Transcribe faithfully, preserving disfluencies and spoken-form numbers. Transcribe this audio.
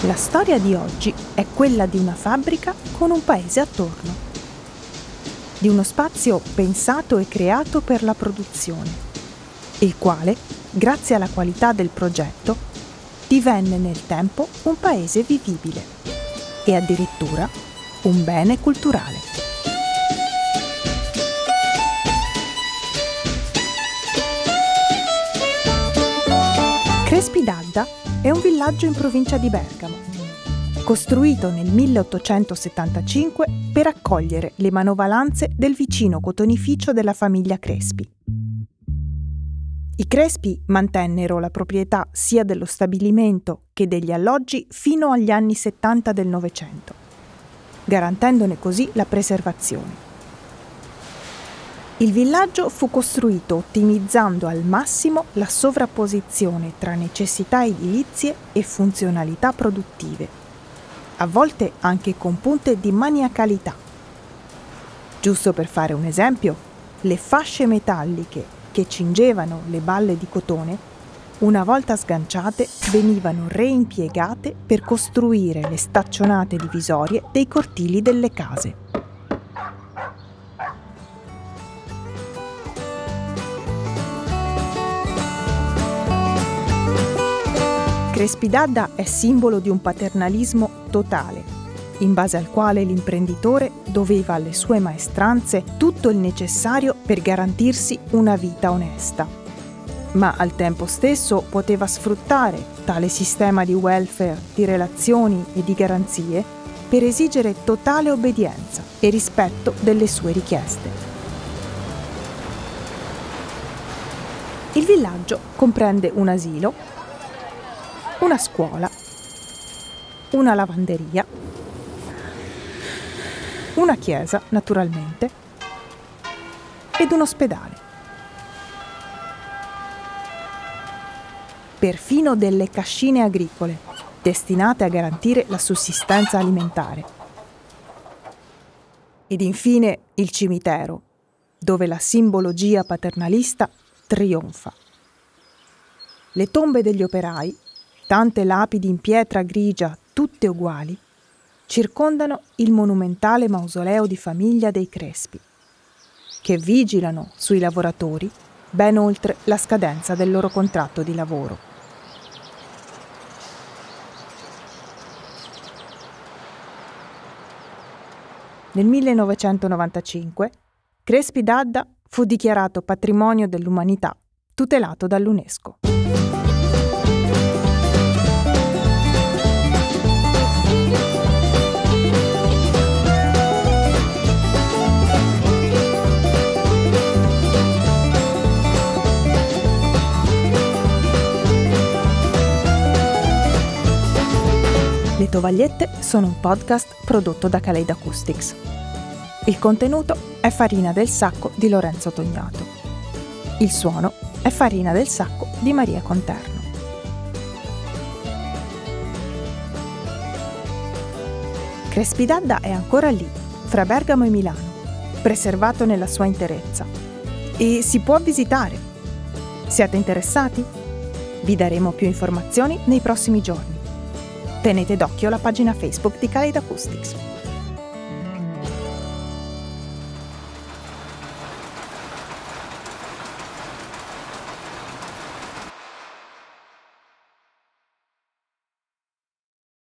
La storia di oggi è quella di una fabbrica con un paese attorno, di uno spazio pensato e creato per la produzione, il quale, grazie alla qualità del progetto, divenne nel tempo un paese vivibile e addirittura un bene culturale. Crespi d'Adda è un villaggio in provincia di Bergamo, costruito nel milleottocentosettantacinque per accogliere le manovalanze del vicino cotonificio della famiglia Crespi. I Crespi mantennero la proprietà sia dello stabilimento che degli alloggi fino agli anni settanta del Novecento, garantendone così la preservazione. Il villaggio fu costruito ottimizzando al massimo la sovrapposizione tra necessità edilizie e funzionalità produttive, a volte anche con punte di maniacalità. Giusto per fare un esempio, le fasce metalliche che cingevano le balle di cotone, una volta sganciate, venivano reimpiegate per costruire le staccionate divisorie dei cortili delle case. Crespi d'Adda è simbolo di un paternalismo totale, in base al quale l'imprenditore doveva alle sue maestranze tutto il necessario per garantirsi una vita onesta, ma al tempo stesso poteva sfruttare tale sistema di welfare, di relazioni e di garanzie per esigere totale obbedienza e rispetto delle sue richieste. Il villaggio comprende un asilo, una scuola, una lavanderia, una chiesa, naturalmente, ed un ospedale. Perfino delle cascine agricole, destinate a garantire la sussistenza alimentare. Ed infine il cimitero, dove la simbologia paternalista trionfa. Le tombe degli operai, tante lapidi in pietra grigia, tutte uguali, circondano il monumentale mausoleo di famiglia dei Crespi, che vigilano sui lavoratori ben oltre la scadenza del loro contratto di lavoro. Nel millenovecentonovantacinque Crespi d'Adda fu dichiarato patrimonio dell'umanità, tutelato dall'UNESCO. Le Tovagliette sono un podcast prodotto da Kaleid Acoustics. Il contenuto è Farina del Sacco di Lorenzo Tognato. Il suono è Farina del Sacco di Maria Conterno. Crespi d'Adda è ancora lì, fra Bergamo e Milano, preservato nella sua interezza. E si può visitare. Siete interessati? Vi daremo più informazioni nei prossimi giorni. Tenete d'occhio la pagina Facebook di Kaleid Acoustics.